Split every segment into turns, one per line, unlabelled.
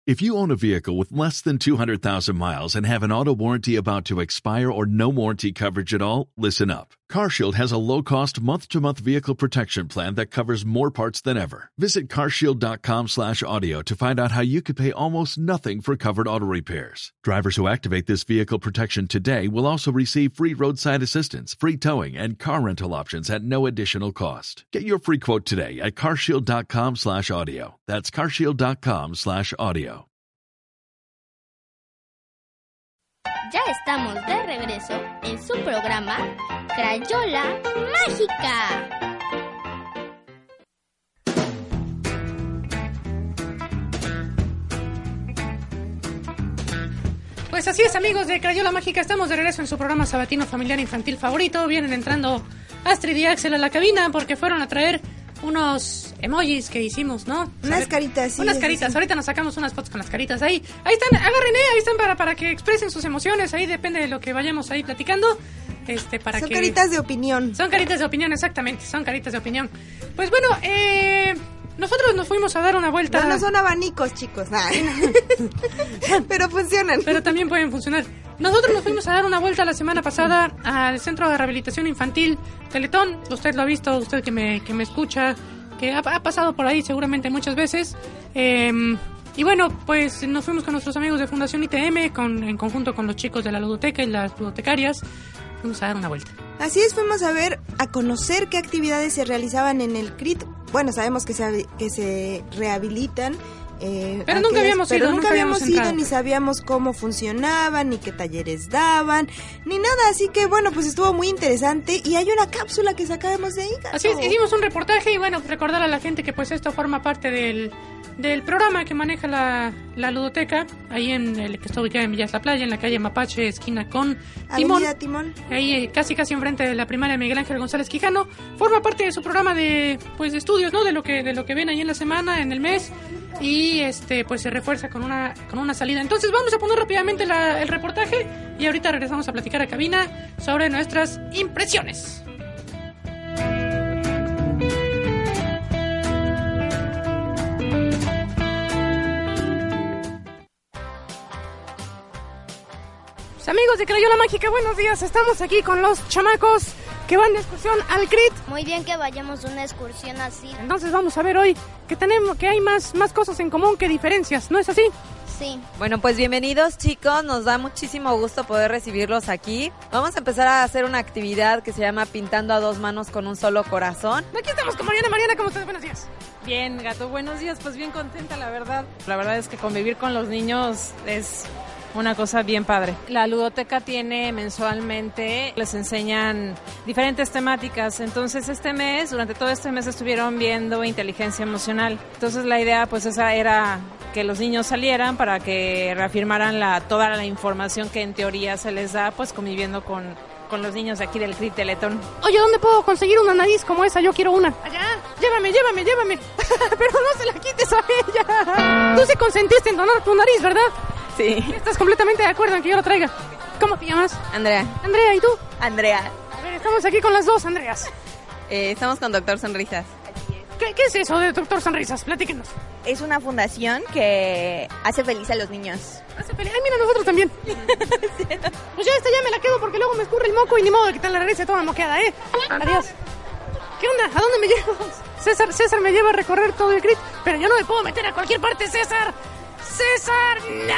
If you own a vehicle with less than 200,000 miles and have an auto warranty about to expire or no warranty coverage at all, listen up. CarShield has a low-cost month-to-month vehicle protection plan that covers more parts than ever. Visit carshield.com/audio to find out how you could pay almost nothing for covered auto repairs. Drivers who activate this vehicle protection today will also receive free roadside assistance, free towing, and car rental options at no additional cost. Get your free quote today at carshield.com/audio. That's carshield.com/audio.
Ya estamos de regreso en su programa Crayola Mágica.
Pues así es, amigos de Crayola Mágica, estamos de regreso en su programa sabatino familiar infantil favorito. Vienen entrando Astrid y Axel a la cabina porque fueron a traer unos emojis que hicimos, ¿no?
Unas caritas, sí.
Unas caritas. Sí. Ahorita nos sacamos unas fotos con las caritas ahí. Ahí están, agarren, ahí están para que expresen sus emociones. Ahí depende de lo que vayamos ahí platicando. Son
caritas de opinión.
Son caritas de opinión, exactamente. Son caritas de opinión. Pues bueno, nosotros nos fuimos a dar una vuelta.
No son abanicos, chicos. Pero funcionan.
Pero también pueden funcionar. Nosotros nos fuimos a dar una vuelta la semana pasada al Centro de Rehabilitación Infantil Teletón. Usted lo ha visto, usted que me escucha, que ha pasado por ahí seguramente muchas veces. Y bueno, pues nos fuimos con nuestros amigos de Fundación ITM, en conjunto con los chicos de la ludoteca y las ludotecarias. Fuimos a dar una vuelta.
Así es, fuimos a conocer qué actividades se realizaban en el CRIT. Bueno, sabemos que se rehabilitan.
Pero nunca habíamos ido,
ni sabíamos cómo funcionaban, ni qué talleres daban, ni nada. Así que bueno, pues estuvo muy interesante y hay una cápsula que sacamos de ahí.
Así es, hicimos un reportaje y bueno, recordar a la gente que pues esto forma parte del programa que maneja la ludoteca, ahí que está ubicada en Villas La Playa, en la calle Mapache, esquina con Timón.
Avenida Timón.
Ahí casi enfrente de la primaria Miguel Ángel González Quijano. Forma parte de su programa de estudios, ¿no? De lo que ven ahí en la semana, en el mes. Y pues se refuerza con una salida. Entonces vamos a poner rápidamente el reportaje y ahorita regresamos a platicar a cabina sobre nuestras impresiones. Pues, amigos de Crayola Mágica, buenos días. Estamos aquí con los chamacos que van de excursión al CRIT.
Muy bien que vayamos a una excursión así.
Entonces vamos a ver hoy que hay más cosas en común que diferencias, ¿no es así?
Sí.
Bueno, pues bienvenidos, chicos, nos da muchísimo gusto poder recibirlos aquí. Vamos a empezar a hacer una actividad que se llama Pintando a dos manos con un solo corazón.
Aquí estamos con Mariana. Mariana, ¿cómo estás? Buenos días.
Bien, Gato, buenos días, pues bien contenta, la verdad. La verdad es que convivir con los niños es una cosa bien padre. La ludoteca tiene mensualmente, les enseñan diferentes temáticas. Entonces durante todo este mes estuvieron viendo inteligencia emocional. Entonces la idea pues esa era que los niños salieran para que reafirmaran toda la información que en teoría se les da pues conviviendo con los niños de aquí del CRIT Teletón.
Oye, ¿dónde puedo conseguir una nariz como esa? Yo quiero una. Allá, llévame. Pero no se la quites a ella. Tú sí consentiste en donar tu nariz, ¿verdad?
Sí.
¿Estás completamente de acuerdo en que yo lo traiga? ¿Cómo te llamas?
Andrea.
Andrea, ¿y tú?
Andrea.
A ver, estamos aquí con las dos Andreas.
Estamos con Doctor Sonrisas.
¿Qué es eso de Doctor Sonrisas? Platíquenos.
Es una fundación que hace feliz a los niños.
¿Hace feliz? Ay, mira, nosotros también. Sí. Pues ya ya me la quedo porque luego me escurre el moco y ni modo de quitar la nariz y toda moqueada, ¿eh? Adiós. ¿Qué onda? ¿A dónde me llevas? César me lleva a recorrer todo el CRIT, pero yo no me puedo meter a cualquier parte, César, ¡no!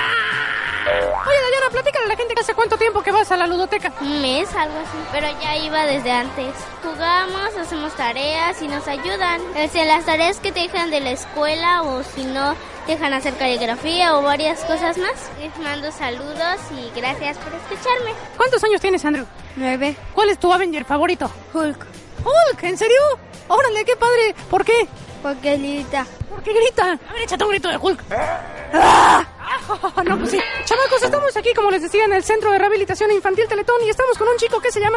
Oye, Dayana, platícale a la gente que hace cuánto tiempo que vas a la ludoteca.
Un mes, algo así, pero ya iba desde antes. Jugamos, hacemos tareas y nos ayudan. Las tareas que te dejan de la escuela o si no, te dejan hacer caligrafía o varias cosas más. Les mando saludos y gracias por escucharme.
¿Cuántos años tienes, Andrew?
9.
¿Cuál es tu Avenger favorito?
Hulk.
¿Hulk? ¿En serio? Órale, qué padre. ¿Por qué?
Porque grita.
¿Por qué grita? A ver, échate un grito de Hulk. ¡Ah! No, pues sí. Chamacos, estamos aquí, como les decía, en el Centro de Rehabilitación Infantil Teletón y estamos con un chico que se llama...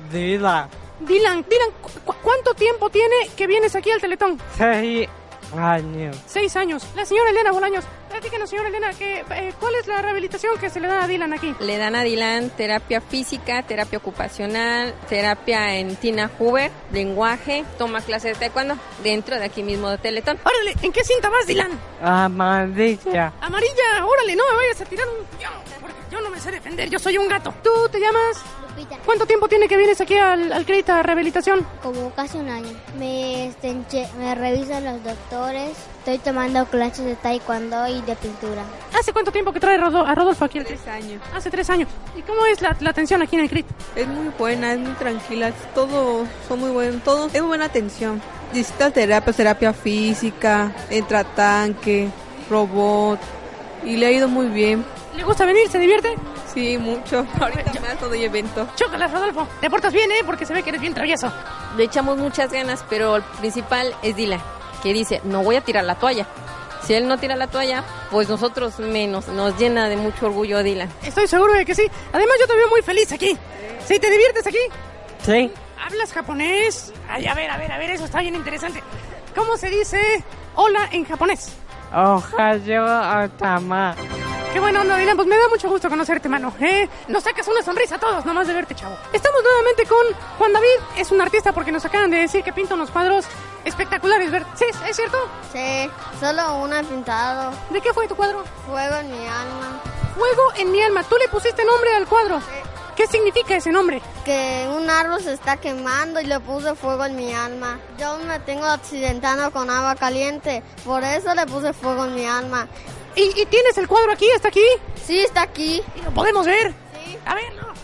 Dylan, ¿cuánto tiempo tiene que vienes aquí al Teletón?
6 años.
6 años. La señora Elena Bolaños, platícanos, señora Elena, ¿cuál es la rehabilitación que se le da a Dylan aquí?
Le dan a Dylan terapia física, terapia ocupacional, terapia en Tina Hoover, lenguaje, toma clases de taekwondo dentro de aquí mismo de Teletón.
Órale, ¿en qué cinta vas, Dylan?
Amarilla.
Amarilla, órale, no me vayas a tirar un pio, porque yo no me sé defender, yo soy un gato. ¿Tú te llamas?
Lupita.
¿Cuánto tiempo tiene que vienes aquí al CRIT a rehabilitación?
Como casi un año. Me revisan los doctores. Estoy tomando clases de taekwondo y de pintura.
¿Hace cuánto tiempo que trae a Rodolfo aquí?
3 años.
Hace 3 años. ¿Y cómo es la atención aquí en el CRIT?
Es muy buena, es muy tranquila, todos son muy buenos, todos es muy buena atención. Necesitas terapia física, entra tanque, robot, y le ha ido muy bien.
¿Le gusta venir? ¿Se divierte?
Sí, mucho. Ahorita más todo el evento.
Chócalas, Rodolfo. Te portas bien, porque se ve que eres bien travieso.
Le echamos muchas ganas, pero el principal es Dylan, que dice, no voy a tirar la toalla. Si él no tira la toalla, pues nosotros menos. Nos llena de mucho orgullo Dylan.
Estoy seguro de que sí. Además, yo te veo muy feliz aquí. ¿Sí? ¿Te diviertes aquí?
Sí.
¿Hablas japonés? Ay, a ver, eso está bien interesante. ¿Cómo se dice hola en japonés?
Ohayo otama.
Qué bueno, onda, Dylan, pues me da mucho gusto conocerte, mano, Nos sacas una sonrisa a todos, nomás de verte, chavo. Estamos nuevamente con Juan David, es un artista porque nos acaban de decir que pinta unos cuadros espectaculares, ¿verdad? ¿Sí? ¿Es cierto?
Sí, solo uno he pintado.
¿De qué fue tu cuadro?
Fuego en mi alma.
Fuego en mi alma. ¿Tú le pusiste nombre al cuadro? Sí. ¿Qué significa ese nombre?
Que un árbol se está quemando y le puse fuego en mi alma. Yo me tengo accidentando con agua caliente, por eso le puse fuego en mi alma.
¿Y tienes el cuadro aquí? ¿Está aquí?
Sí, está aquí.
¿Y lo podemos ver?
Sí.
A ver, no.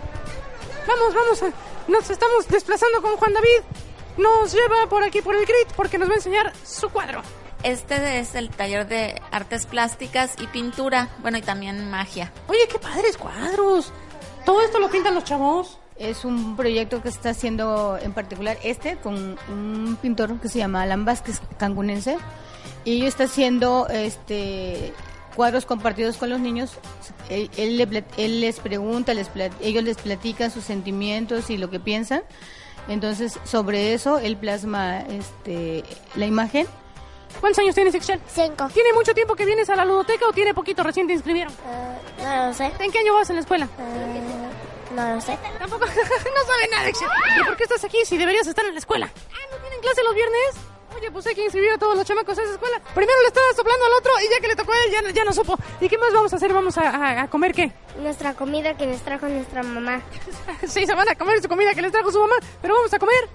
Vamos. Nos estamos desplazando con Juan David. Nos lleva por aquí, por el CRIT, porque nos va a enseñar su cuadro.
Este es el taller de artes plásticas y pintura, bueno, y también magia.
Oye, qué padres cuadros. ¿Todo esto lo pintan los chavos?
Es un proyecto que se está haciendo en particular con un pintor que se llama Alan Vázquez, cancunense. Y ellos está haciendo cuadros compartidos con los niños. Él les pregunta, ellos les platican sus sentimientos y lo que piensan. Entonces, sobre eso, él plasma la imagen.
¿Cuántos años tienes, Ixchel?
5.
¿Tiene mucho tiempo que vienes a la ludoteca o tiene poquito? ¿Recién te inscribieron?
No lo sé.
¿En qué año vas en la escuela?
No lo sé.
Tampoco, no sabe nada, Ixchel. ¿Y por qué estás aquí si deberías estar en la escuela? ¿No tienen clase los viernes? Oye, pues hay que inscribir a todos los chamacos a esa escuela. Primero le estaba soplando al otro y ya que le tocó a él ya no supo. ¿Y qué más vamos a hacer? ¿Vamos a comer qué?
Nuestra comida que nos trajo nuestra mamá.
Sí, se van a comer su comida que les trajo su mamá, pero vamos a comer.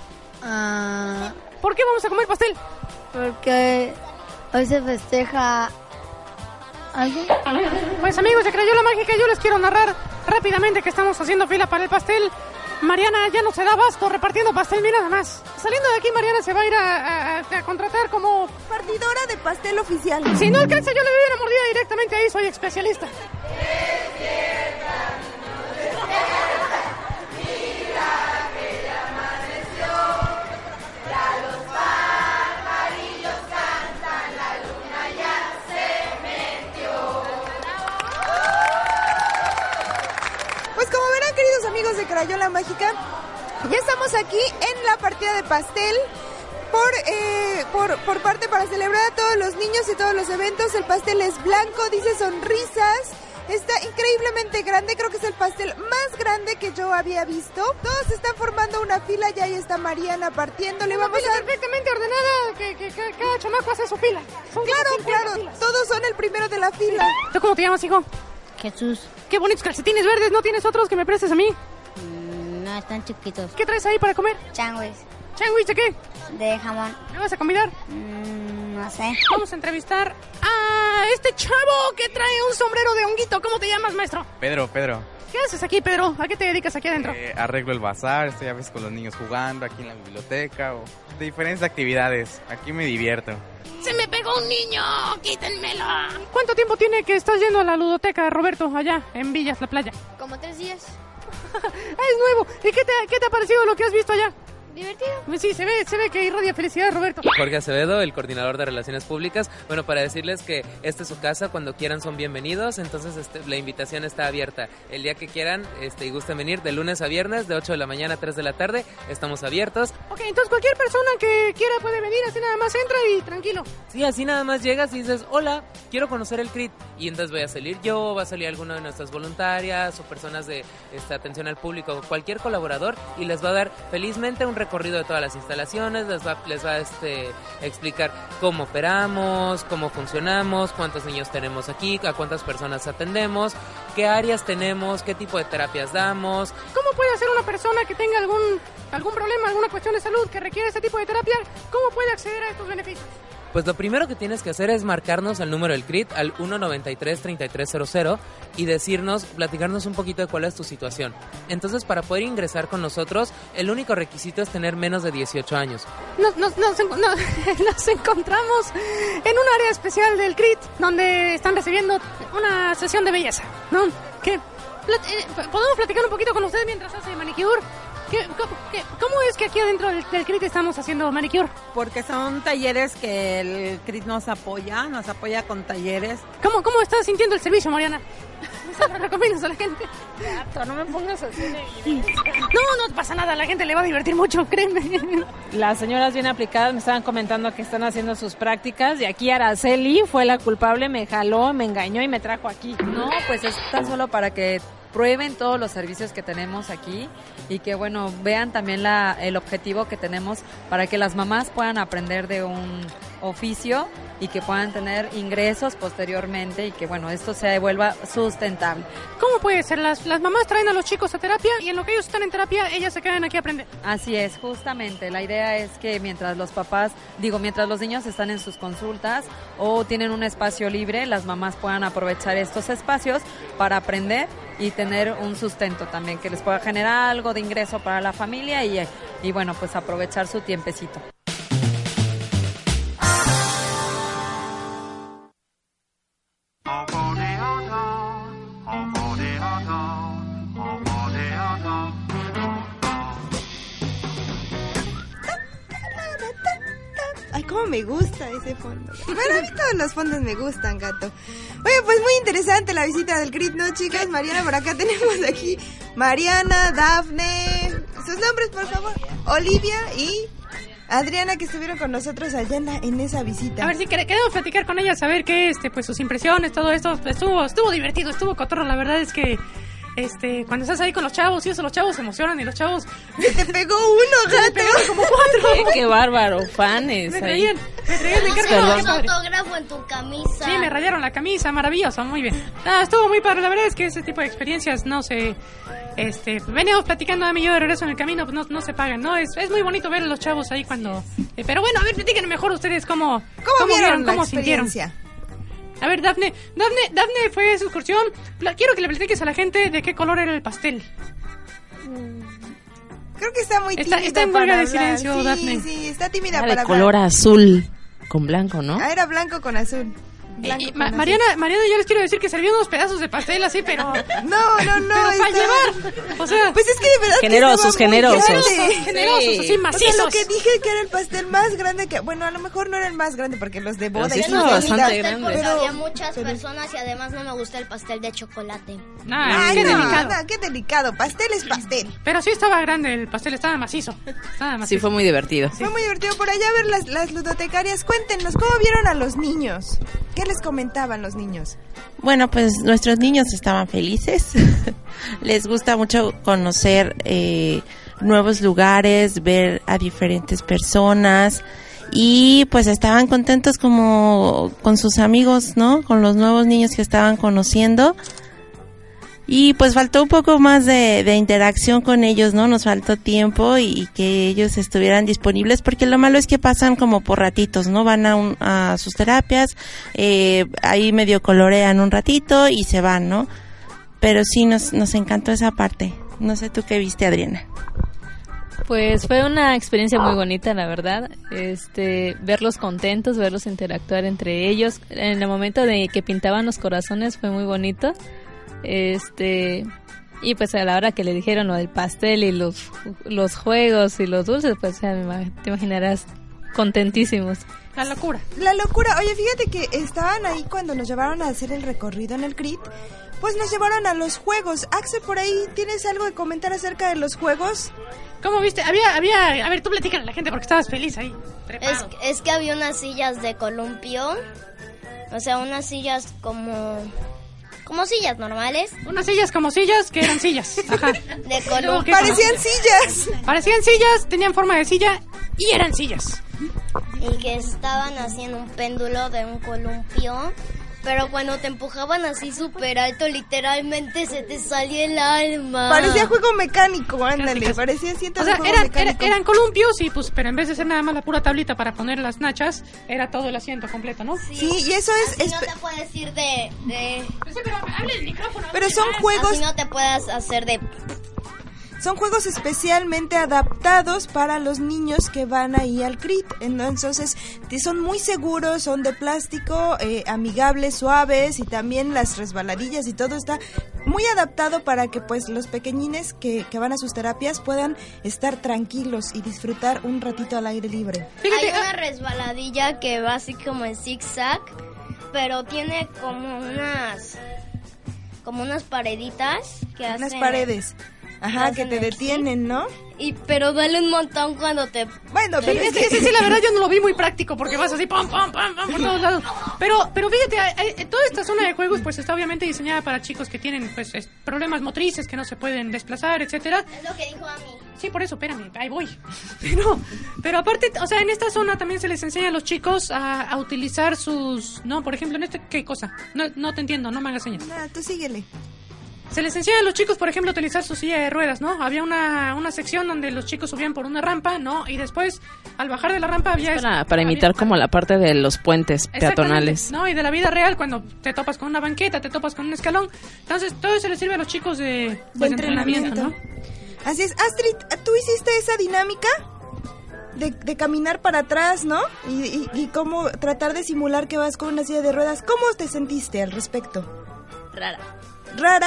¿Por qué vamos a comer pastel?
Porque hoy se festeja algo.
Pues amigos de Crayola Mágica, yo les quiero narrar rápidamente que estamos haciendo fila para el pastel. Mariana ya no se da abasto repartiendo pastel, mira nada más. Saliendo de aquí, Mariana se va a ir a contratar como
partidora de pastel oficial.
Si no alcanza, yo le doy una mordida directamente ahí, soy especialista.
Amigos de Crayola Mágica, ya estamos aquí en la partida de pastel por parte para celebrar a todos los niños y todos los eventos. El pastel es blanco, dice sonrisas, está increíblemente grande, creo que es el pastel más grande que yo había visto. Todos están formando una fila y ahí está Mariana partiéndole.
Vamos a perfectamente ordenada, que cada chamaco hace su fila.
Claro, todos son el primero de la fila.
¿Tú cómo te llamas, hijo?
Jesús.
Qué bonitos calcetines verdes, ¿no tienes otros que me prestes a mí?
No, están chiquitos.
¿Qué traes ahí para comer?
Sándwich.
¿Sándwich de qué?
De jamón.
¿Me vas a convidar?
No sé.
Vamos a entrevistar a este chavo que trae un sombrero de honguito. ¿Cómo te llamas, maestro?
Pedro.
¿Qué haces aquí, Pedro? ¿A qué te dedicas aquí adentro?
Arreglo el bazar, estoy a veces con los niños jugando aquí en la biblioteca o de diferentes actividades. Aquí me divierto.
¡Se me pegó un niño! ¡Quítenmelo! ¿Cuánto tiempo tiene que estás yendo a la ludoteca, Roberto, allá en Villas, la playa?
Como 3 días.
Es nuevo. ¿Y qué te ha parecido lo que has visto allá?
Divertido.
Sí, se ve que irradia felicidad, Roberto.
Jorge Acevedo, el coordinador de Relaciones Públicas. Bueno, para decirles que esta es su casa, cuando quieran son bienvenidos, entonces la invitación está abierta. El día que quieran y gusten venir, de lunes a viernes, de 8 de la mañana a 3 de la tarde, estamos abiertos.
Ok, entonces cualquier persona que quiera puede venir, así nada más entra y tranquilo.
Sí, así nada más llegas y dices, hola, quiero conocer el CRIT. Y entonces voy a salir yo, va a salir alguno de nuestras voluntarias o personas de atención al público, cualquier colaborador, y les va a dar felizmente un recorrido de todas las instalaciones, les va a explicar cómo operamos, cómo funcionamos, cuántos niños tenemos aquí, a cuántas personas atendemos, qué áreas tenemos, qué tipo de terapias damos.
¿Cómo puede hacer una persona que tenga algún problema, alguna cuestión de salud que requiere ese tipo de terapia? ¿Cómo puede acceder a estos beneficios?
Pues lo primero que tienes que hacer es marcarnos al número del CRIT, al 193-3300, y platicarnos un poquito de cuál es tu situación. Entonces, para poder ingresar con nosotros, el único requisito es tener menos de 18 años.
Nos encontramos en un área especial del CRIT, donde están recibiendo una sesión de belleza, ¿no? ¿Podemos platicar un poquito con ustedes mientras hace manicure? ¿Cómo es que aquí adentro del CRIT estamos haciendo manicure?
Porque son talleres que el CRIT nos apoya con talleres.
¿Cómo estás sintiendo el servicio, Mariana? ¿Se lo recomiendas a la gente?
No me pongas así.
No pasa nada, a la gente le va a divertir mucho, créeme.
Las señoras bien aplicadas me estaban comentando que están haciendo sus prácticas y aquí Araceli fue la culpable, me jaló, me engañó y me trajo aquí.
No, pues es tan solo para que prueben todos los servicios que tenemos aquí y que, bueno, vean también el objetivo que tenemos para que las mamás puedan aprender de un oficio y que puedan tener ingresos posteriormente y que, bueno, esto se vuelva sustentable.
¿Cómo puede ser? Las mamás traen a los chicos a terapia y en lo que ellos están en terapia, ellas se quedan aquí a aprender.
Así es, justamente. La idea es que mientras los niños están en sus consultas o tienen un espacio libre, las mamás puedan aprovechar estos espacios para aprender y tener un sustento también, que les pueda generar algo de ingreso para la familia y bueno, pues aprovechar su tiempecito.
Ay, cómo me gusta ese fondo. Bueno, a mí todos los fondos me gustan, gato. Oye, pues muy interesante la visita del CRIT, ¿no, chicas? Mariana, por acá tenemos aquí Mariana, Dafne, sus nombres, por favor. Olivia y Adriana, que estuvieron con nosotros allá en esa visita.
A ver si queremos platicar con ellas, saber qué, pues sus impresiones, todo esto. Estuvo divertido, estuvo cotorro. La verdad es que cuando estás ahí con los chavos y eso, los chavos se emocionan y los chavos...
Te pegó uno, gato.
Me pegaron como 4.
Qué bárbaro, fanes.
Me traían de
encargo. Un autógrafo en tu camisa.
Sí, me rayaron la camisa, maravilloso, muy bien. Estuvo muy padre, la verdad es que ese tipo de experiencias no se... veníamos platicando a mí y yo de regreso en el camino, pues no se pagan, ¿no? Es muy bonito ver a los chavos ahí cuando... pero bueno, a ver, platíquenme mejor ustedes cómo vieron, cómo sintieron. A ver, Dafne fue a su excursión. Quiero que le platiques a la gente de qué color era el pastel.
Creo que está muy tímida.
Está en huelga de silencio,
sí,
Dafne.
Sí, está tímida
era
para
de color azul con blanco, ¿no?
Era blanco con azul.
Mariana, yo les quiero decir que servían unos pedazos de pastel así, pero...
No.
Pero para llevar. O sea...
Pues es que de verdad
generosos.
Generosos,
sí.
así macizos.
O sea, lo que dije que era el pastel más grande que... Bueno, a lo mejor no era el más grande porque los de boda...
Sí, no, bastante grande.
Porque había muchas personas y además no me gusta el pastel de chocolate.
Qué delicado.
Qué delicado. Pastel es pastel.
Pero sí estaba grande el pastel, estaba macizo.
Sí, fue muy divertido.
Fue muy divertido. Por allá ver las ludotecarias. Cuéntenos, ¿cómo vieron a los niños? ¿Qué les comentaban los niños?
Bueno, pues nuestros niños estaban felices. Les gusta mucho conocer nuevos lugares, ver a diferentes personas y pues estaban contentos como con sus amigos, ¿no? Con los nuevos niños que estaban conociendo. Y pues faltó un poco más de interacción con ellos, ¿no? Nos faltó tiempo y que ellos estuvieran disponibles, porque lo malo es que pasan como por ratitos, ¿no? Van a sus terapias, ahí medio colorean un ratito y se van, ¿no? Pero sí nos encantó esa parte. No sé tú qué viste, Adriana.
Pues fue una experiencia muy bonita, la verdad. Verlos contentos, verlos interactuar entre ellos. En el momento de que pintaban los corazones fue muy bonito. Y pues a la hora que le dijeron lo del pastel y los juegos y los dulces, pues ya te imaginarás contentísimos.
La locura.
La locura. Oye, fíjate que estaban ahí cuando nos llevaron a hacer el recorrido en el CRIT, pues nos llevaron a los juegos. Axel, por ahí, ¿tienes algo que comentar acerca de los juegos?
¿Cómo viste? A ver, tú platícale a la gente porque estabas feliz ahí.
Es que había unas sillas de columpio, o sea, unas sillas como sillas normales.
Unas sillas como sillas que eran sillas. Ajá.
De columpio.
Parecían sillas.
Parecían sillas, tenían forma de silla y eran sillas.
Y que estaban haciendo un péndulo de un columpio, pero cuando te empujaban así súper alto, literalmente se te salía el alma.
Parecía juego mecánico, ándale, parecía
o sea, eran columpios y pues, pero en vez de ser nada más la pura tablita para poner las nachas, era todo el asiento completo, ¿no?
Sí, y eso es...
no te puedes ir de...
Sí, pero hable el micrófono.
Pero son juegos...
Así no te puedes hacer de...
Son juegos especialmente adaptados para los niños que van ahí al CRIT. Entonces, son muy seguros, son de plástico, amigables, suaves, y también las resbaladillas y todo está muy adaptado para que pues los pequeñines que van a sus terapias puedan estar tranquilos y disfrutar un ratito al aire libre.
Hay una resbaladilla que va así como en zigzag, pero tiene como unas pareditas que hacen...
Unas paredes. Ajá, que te detienen, ¿no?
Pero duele un montón cuando te...
Bueno, pero
sí, la verdad yo no lo vi muy práctico porque vas así pam, pam, pam, pam por todos lados. Pero fíjate, toda esta zona de juegos pues está obviamente diseñada para chicos que tienen pues problemas motrices, que no se pueden desplazar, etcétera.
Es lo que dijo a mí.
Sí, por eso, espérame, ahí voy. Pero aparte, o sea, en esta zona también se les enseña a los chicos a utilizar sus... No, por ejemplo, ¿qué cosa? No te entiendo, no me hagas señas.
Nada, tú síguele.
Se les enseña a los chicos, por ejemplo, a utilizar su silla de ruedas, ¿no? Había una sección donde los chicos subían por una rampa, ¿no? Y después, al bajar de la rampa había...
Para imitar como la parte de los puentes peatonales.
¿No? Y de la vida real, cuando te topas con una banqueta, te topas con un escalón. Entonces, todo eso les sirve a los chicos de entrenamiento, ¿no?
Así es. Astrid, ¿tú hiciste esa dinámica? De caminar para atrás, ¿no? Y cómo tratar de simular que vas con una silla de ruedas. ¿Cómo te sentiste al respecto? ¿Rara?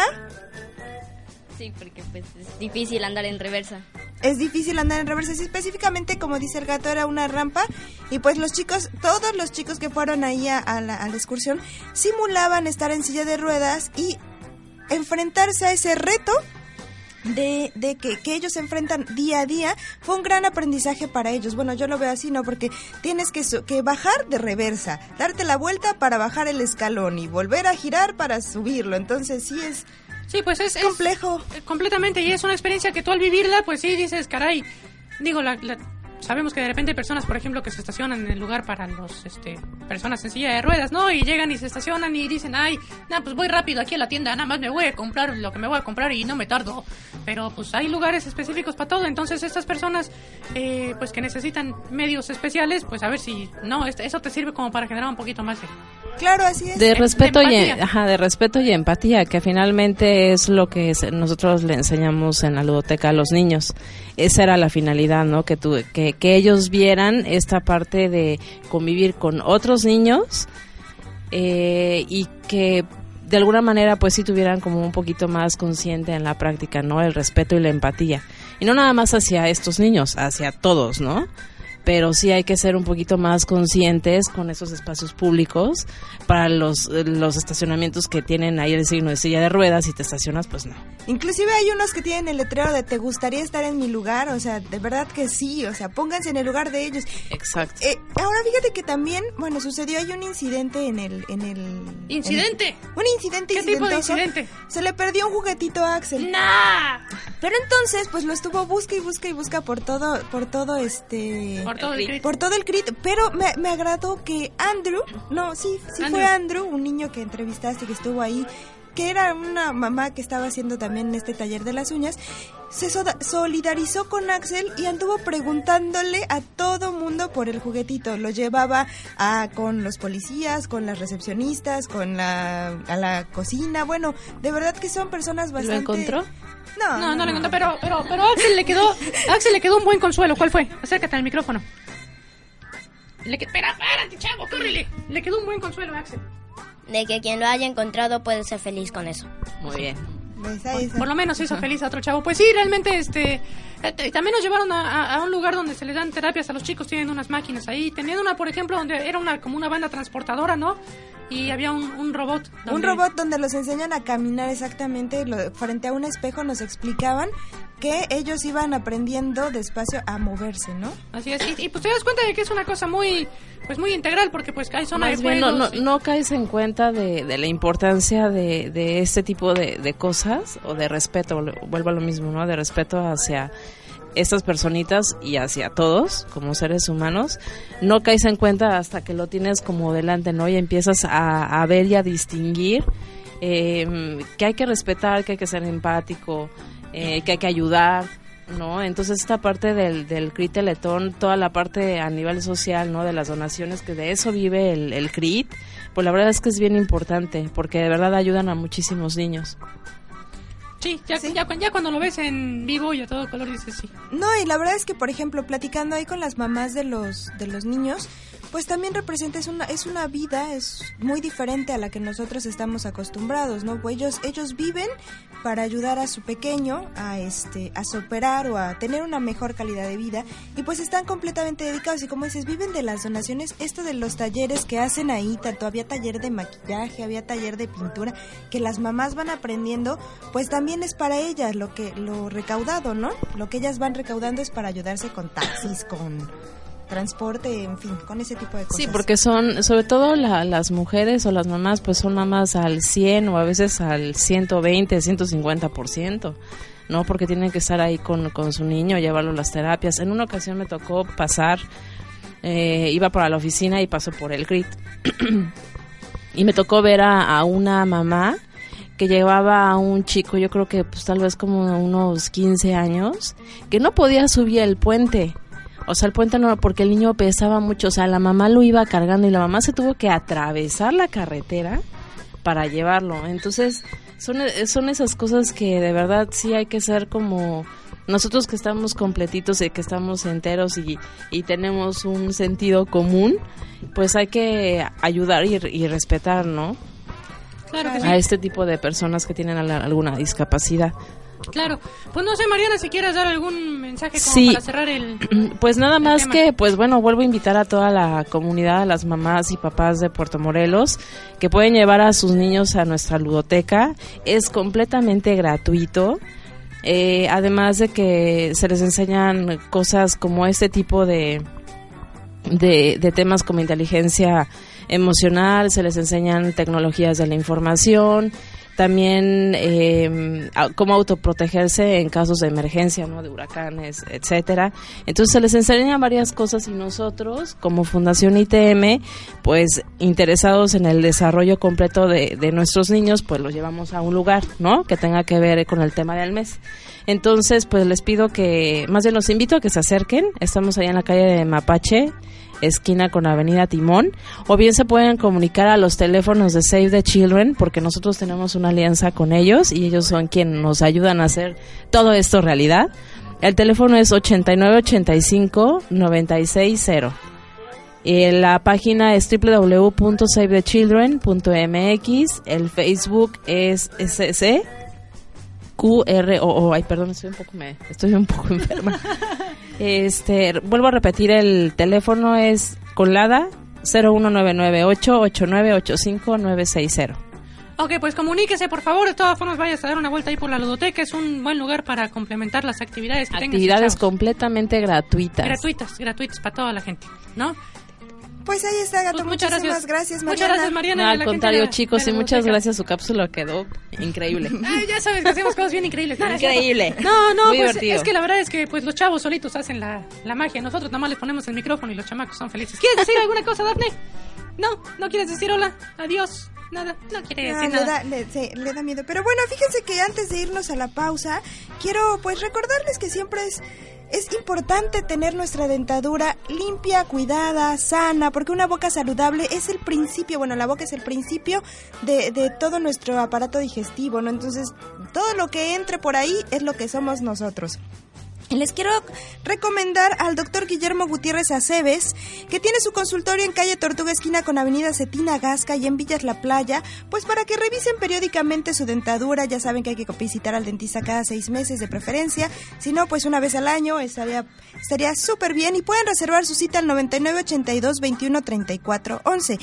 Sí, porque pues es difícil andar en reversa.
Es difícil andar en reversa, sí, específicamente como dice el gato era una rampa y pues todos los chicos que fueron ahí a la excursión simulaban estar en silla de ruedas y enfrentarse a ese reto de que ellos se enfrentan día a día. Fue un gran aprendizaje para ellos. Bueno, yo lo veo así, ¿no? Porque tienes que bajar de reversa, darte la vuelta para bajar el escalón y volver a girar para subirlo. Entonces sí,
pues es
complejo.
Completamente, y es una experiencia que tú al vivirla, pues sí dices, caray, digo, sabemos que de repente hay personas, por ejemplo, que se estacionan en el lugar para los personas en silla de ruedas, ¿no? Y llegan y se estacionan y dicen, pues voy rápido aquí a la tienda, nada más me voy a comprar lo que me voy a comprar y no me tardo. Pero pues hay lugares específicos para todo, entonces estas personas pues que necesitan medios especiales, pues a ver si eso te sirve como para generar un poquito más de...
Claro, así es.
De respeto de respeto y empatía, que finalmente es lo que nosotros le enseñamos en la ludoteca a los niños. Esa era la finalidad, ¿no? Que ellos vieran esta parte de convivir con otros niños y que de alguna manera pues sí tuvieran como un poquito más consciente en la práctica, ¿no? El respeto y la empatía. Y no nada más hacia estos niños, hacia todos, ¿no? Pero sí hay que ser un poquito más conscientes con esos espacios públicos para los estacionamientos que tienen ahí el signo de silla de ruedas y te estacionas, pues no.
Inclusive hay unos que tienen el letrero de ¿te gustaría estar en mi lugar? O sea, de verdad que sí, o sea, pónganse en el lugar de ellos.
Exacto.
Ahora fíjate que también, sucedió ahí un incidente en el...
¿Incidente?
Un incidente
¿Qué tipo de incidente?
Se le perdió un juguetito a Axel.
¡Nah!
Pero entonces, pues lo estuvo busca por todo el CRIT, pero me agradó que Andrew, fue Andrew, un niño que entrevistaste que estuvo ahí, que era una mamá que estaba haciendo también este taller de las uñas, se solidarizó con Axel y anduvo preguntándole a todo mundo por el juguetito. Lo llevaba con los policías, con las recepcionistas, a la cocina. Bueno, de verdad que son personas bastante...
¿Lo encontró? No lo encontró, pero a Axel le quedó un buen consuelo. ¿Cuál fue? Acércate al micrófono. Espérate, chavo, córrele. Le quedó un buen consuelo a Axel.
De que quien lo haya encontrado puede ser feliz con eso.
Muy bien.
Por lo menos hizo feliz a otro chavo. Pues sí, realmente, también nos llevaron a un lugar donde se les dan terapias a los chicos, tienen unas máquinas ahí. Tenían una, por ejemplo, donde era como una banda transportadora, ¿no? Y había un robot.
Un robot donde los enseñan a caminar exactamente, frente a un espejo nos explicaban que ellos iban aprendiendo despacio a moverse, ¿no?
Así es, y pues te das cuenta de que es una cosa muy integral, porque pues hay zona de juegos.
No caes en cuenta de la importancia de este tipo de cosas, o de respeto, vuelvo a lo mismo, ¿no? De respeto hacia estas personitas y hacia todos como seres humanos. No caes en cuenta hasta que lo tienes como delante, ¿no? Y empiezas a ver y a distinguir que hay que respetar, que hay que ser empático, que hay que ayudar, ¿no? Entonces esta parte del CRIT Teletón, toda la parte a nivel social, ¿no? De las donaciones, que de eso vive el CRIT, pues la verdad es que es bien importante, porque de verdad ayudan a muchísimos niños.
Sí, ya cuando lo ves en vivo y a todo color dices sí.
No, y la verdad es que, por ejemplo, platicando ahí con las mamás de los niños, pues también representa, es una vida, es muy diferente a la que nosotros estamos acostumbrados, ¿no? Pues ellos viven para ayudar a su pequeño a superar o a tener una mejor calidad de vida, y pues están completamente dedicados, y como dices, viven de las donaciones. Esto de los talleres que hacen ahí, tanto había taller de maquillaje, había taller de pintura, que las mamás van aprendiendo, pues también es para ellas lo recaudado, ¿no? Lo que ellas van recaudando es para ayudarse con taxis, con transporte, en fin, con ese tipo de cosas.
Sí, porque son, sobre todo las mujeres o las mamás, pues son mamás al 100 o a veces al 120, 150%, ¿no? Porque tienen que estar ahí con su niño, llevarlo a las terapias. En una ocasión me tocó pasar, iba para la oficina y pasó por el CRIT. Y me tocó ver a una mamá que llevaba a un chico, yo creo que pues tal vez como unos 15 años, que no podía subir el puente. O sea, el puente no, porque el niño pesaba mucho, o sea, la mamá lo iba cargando y la mamá se tuvo que atravesar la carretera para llevarlo. Entonces, son esas cosas que de verdad sí hay que ser como nosotros, que estamos completitos y que estamos enteros y tenemos un sentido común, pues hay que ayudar y respetar, ¿no?
Claro que sí.
A este tipo de personas que tienen alguna discapacidad.
Claro, pues no sé, Mariana, si quieres dar algún mensaje como para cerrar el
pues nada más
tema.
Que, pues bueno, vuelvo a invitar a toda la comunidad, a las mamás y papás de Puerto Morelos, que pueden llevar a sus niños a nuestra ludoteca. Es completamente gratuito, además de que se les enseñan cosas como este tipo de temas como inteligencia emocional, se les enseñan tecnologías de la información, también cómo autoprotegerse en casos de emergencia, ¿no? De huracanes, etcétera. Entonces se les enseñan varias cosas, y nosotros como Fundación ITM, pues interesados en el desarrollo completo de nuestros niños, pues los llevamos a un lugar, ¿no? Que tenga que ver con el tema del mes. Entonces, pues les pido más bien los invito a que se acerquen. Estamos allá en la calle de Mapache, esquina con Avenida Timón, o bien se pueden comunicar a los teléfonos de Save the Children, porque nosotros tenemos una alianza con ellos y ellos son quienes nos ayudan a hacer todo esto realidad. El teléfono es 8985-960. La página es www.savethechildren.mx. El Facebook es SCQROO. Ay, perdón, estoy un poco enferma. Vuelvo a repetir, el teléfono es con LADA 01998-8985-960.
Ok, pues comuníquese, por favor. De todas formas, vaya a dar una vuelta ahí por la ludoteca. Es un buen lugar para complementar las actividades que
Actividades completamente gratuitas.
Gratuitas para toda la gente, ¿no?
Pues ahí está, Gato.
Pues muchas
gracias, Mariana.
Muchas gracias, Mariana.
No, al contrario, chicos, y muchas gracias. Su cápsula quedó increíble.
Ya sabes que hacemos cosas bien increíbles.
Increíble.
No,
muy
pues
divertido.
es que la verdad es que pues los chavos solitos hacen la magia. Nosotros nada más les ponemos el micrófono y los chamacos son felices. ¿Quieres decir alguna cosa, Daphne? ¿No quieres decir hola? Adiós. Nada, no quiere decir nada.
Le da miedo. Pero bueno, fíjense que antes de irnos a la pausa, quiero pues recordarles que siempre es importante tener nuestra dentadura limpia, cuidada, sana, porque una boca saludable es el principio, la boca es el principio de todo nuestro aparato digestivo, ¿no? Entonces, todo lo que entre por ahí es lo que somos nosotros. Y les quiero recomendar al doctor Guillermo Gutiérrez Aceves, que tiene su consultorio en calle Tortuga esquina con avenida Cetina Gasca y en Villas La Playa, pues para que revisen periódicamente su dentadura. Ya saben que hay que visitar al dentista cada 6 meses de preferencia, si no pues una vez al año estaría súper bien, y pueden reservar su cita al 9982-213411,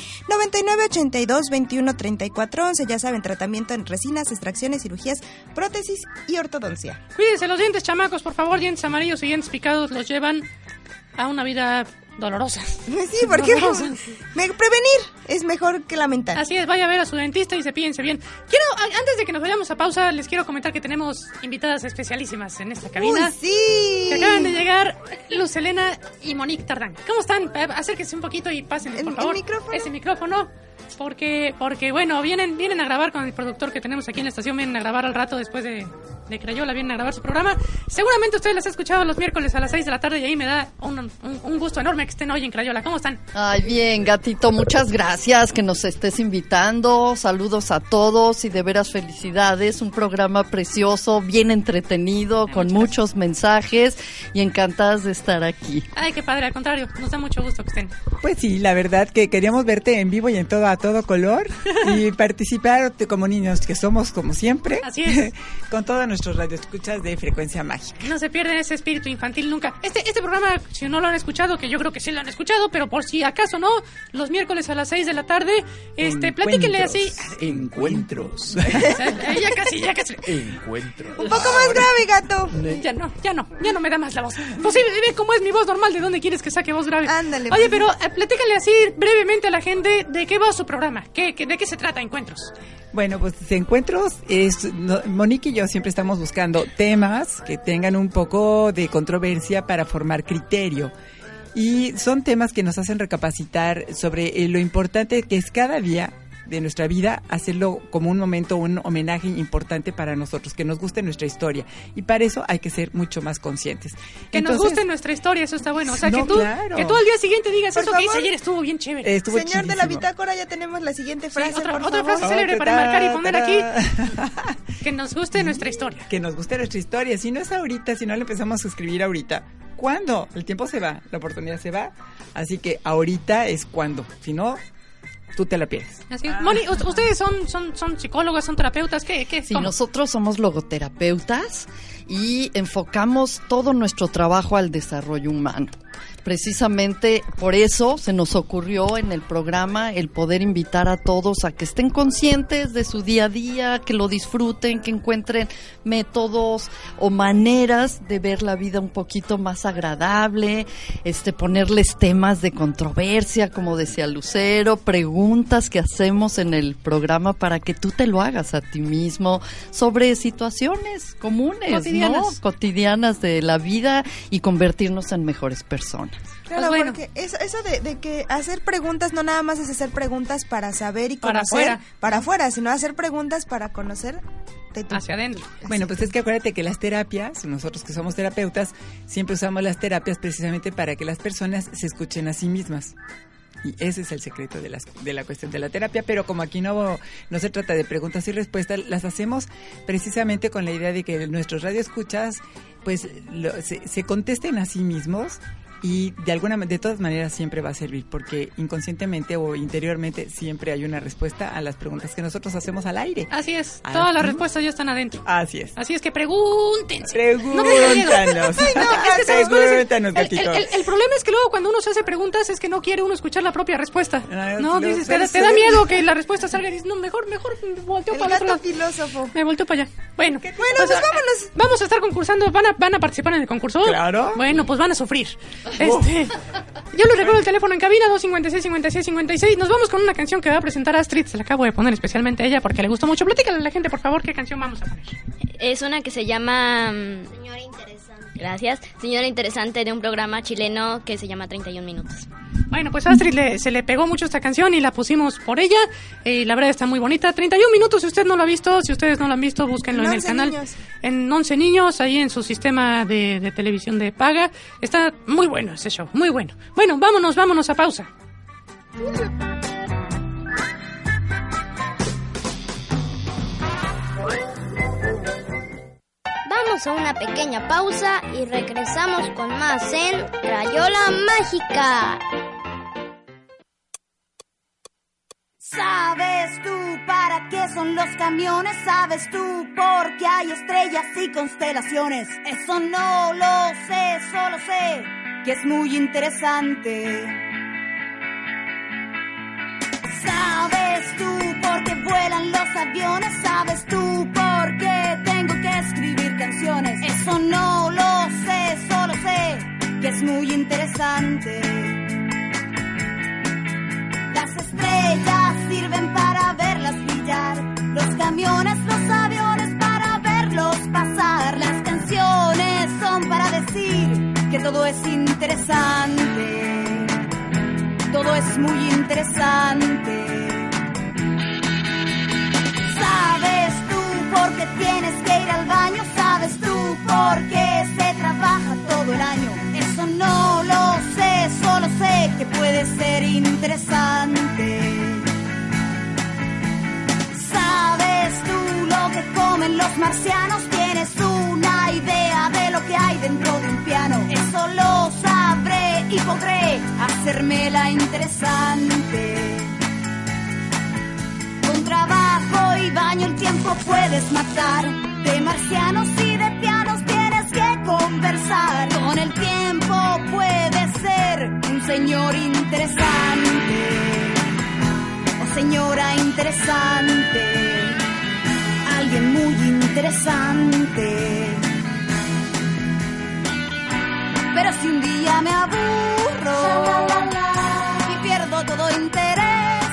9982-213411, ya saben, tratamiento en resinas, extracciones, cirugías, prótesis y ortodoncia.
Cuídense los dientes, chamacos, por favor. Dientes amarillos y dientes picados los llevan a una vida dolorosa.
Sí, porque prevenir es mejor que lamentar.
Así es, vaya a ver a su dentista y cepíllense bien. Antes de que nos vayamos a pausa, les quiero comentar que tenemos invitadas especialísimas en esta cabina.
¡Uy, sí!
Que acaban de llegar Luz Helena y Monique Tardán. ¿Cómo están? Acérquense un poquito y pásenles, por favor. Ese micrófono. Porque bueno, vienen a grabar con el productor que tenemos aquí en la estación, vienen a grabar al rato después de Crayola, vienen a grabar su programa. Seguramente ustedes las han escuchado los miércoles a las 6 de la tarde y ahí me da un gusto enorme que estén hoy en Crayola. ¿Cómo están?
Ay, bien, gatito, muchas gracias que nos estés invitando. Saludos a todos y de veras felicidades. Un programa precioso, bien entretenido, con muchos mensajes y encantadas de estar aquí.
Ay, qué padre, al contrario, nos da mucho gusto que estén.
Pues sí, la verdad que queríamos verte en vivo y a todo color y participar como niños que somos, como siempre.
Así es.
Con todos nuestros radioescuchas de Frecuencia Mágica.
No se pierden ese espíritu infantil nunca. Este programa, si no lo han escuchado, que yo creo que sí lo han escuchado, pero por si acaso no, los miércoles a las 6 de la tarde, platíquenle así.
Encuentros.
Ya casi.
Encuentros.
Un poco más grave, gato.
Ya no me da más la voz. Pues sí, ve cómo es mi voz normal, ¿de dónde quieres que saque voz grave?
Ándale.
Oye, pero platícale así brevemente a la gente de qué va su programa, de qué se trata Encuentros.
Bueno, pues Encuentros Monique y yo siempre estamos buscando temas que tengan un poco de controversia para formar criterio. Y son temas que nos hacen recapacitar sobre lo importante que es cada día de nuestra vida, hacerlo como un momento, un homenaje importante para nosotros, que nos guste nuestra historia. Y para eso hay que ser mucho más conscientes.
Nos guste nuestra historia, eso está bueno. O sea, que tú al día siguiente digas, eso que hice ayer estuvo bien chévere.
Señor de la bitácora, ya tenemos la siguiente frase.
Otra frase célebre para marcar y poner aquí. Que nos guste nuestra historia.
Que nos guste nuestra historia. Si no es ahorita, si no le empezamos a escribir ahorita, ¿cuándo? El tiempo se va, la oportunidad se va. Así que ahorita es cuando. Si no, tú te la pierdes.
Así es. Moni, ¿ustedes son psicólogas, son terapeutas? ¿Qué?
Sí, nosotros somos logoterapeutas y enfocamos todo nuestro trabajo al desarrollo humano. Precisamente por eso se nos ocurrió en el programa el poder invitar a todos a que estén conscientes de su día a día, que lo disfruten, que encuentren métodos o maneras de ver la vida un poquito más agradable, ponerles temas de controversia, como decía Lucero, preguntas que hacemos en el programa para que tú te lo hagas a ti mismo sobre situaciones comunes, cotidianas de la vida y convertirnos en mejores personas.
Claro, pues porque eso de que hacer preguntas no nada más es hacer preguntas para saber y conocer para afuera, sino hacer preguntas para conocer
hacia adentro.
Bueno, pues es que acuérdate que las terapias, nosotros que somos terapeutas, siempre usamos las terapias precisamente para que las personas se escuchen a sí mismas. Y ese es el secreto de la cuestión de la terapia, pero como aquí no se trata de preguntas y respuestas, las hacemos precisamente con la idea de que nuestros radioescuchas pues se contesten a sí mismos. Y de todas maneras siempre va a servir, porque inconscientemente o interiormente siempre hay una respuesta a las preguntas que nosotros hacemos al aire.
Así es, todas las respuestas ya están adentro.
Así es.
Así es que pregúntense.
Pregúntanos. Pregúntanos, gatito.
El problema es que luego cuando uno se hace preguntas es que no quiere uno escuchar la propia respuesta. No, dices, te da miedo que la respuesta salga y dices, no, mejor me volteo para el otro lado.
Filósofo.
Me volteo para allá. Bueno,
pues vámonos.
Vamos a estar concursando. ¿Van a participar en el concurso?
Claro.
Bueno, pues van a sufrir. Yo les recuerdo el teléfono en cabina 256-5656. Nos vamos con una canción que va a presentar Astrid. Se la acabo de poner especialmente a ella porque le gustó mucho. Platícale a la gente, por favor, qué canción vamos a poner.
Es una que se llama Señora Interesante. Gracias. Señora Interesante, de un programa chileno que se llama 31 Minutos.
Bueno, pues a Astrid se le pegó mucho esta canción y la pusimos por ella. La verdad está muy bonita. 31 minutos, si usted no lo ha visto, si ustedes no lo han visto, búsquenlo en el canal. Niños. En 11 Niños, ahí en su sistema de televisión de paga. Está muy bueno ese show, muy bueno. Bueno, vámonos a pausa.
Vamos Vamos a una pequeña pausa y regresamos con más en Crayola Mágica.
¿Sabes tú para qué son los camiones? ¿Sabes tú por qué hay estrellas y constelaciones? Eso no lo sé, solo sé que es muy interesante. ¿Sabes tú por qué vuelan los aviones? ¿Sabes tú por qué tengo que escribir canciones? Eso no lo sé, solo sé que es muy interesante. Las estrellas sirven para verlas brillar, los camiones, los aviones para verlos pasar. Las canciones son para decir que todo es interesante, todo es muy interesante. ¿Sabes tú por qué tienes que ir al baño? ¿Sabes tú por qué se trabaja todo el año? Eso no lo sé, solo sé que puede ser interesante. ¿Sabes tú lo que comen los marcianos? ¿Tienes una idea de lo que hay dentro de un piano? Eso lo sabré y podré hacérmela interesante. Con trabajo y baño el tiempo puedes matar. De marcianos y de pianos tienes que conversar. Con el tiempo puedes ser un señor interesante o señora interesante, alguien muy interesante. Pero si un día me aburro y pierdo todo interés,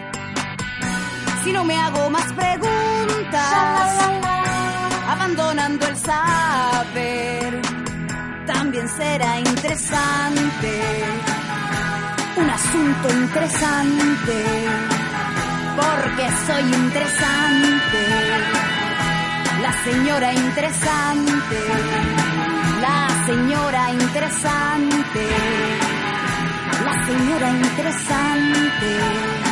si no me hago más preguntas, abandonando el saber, también será interesante, un asunto interesante, porque soy interesante, la señora interesante, la señora interesante, la señora interesante.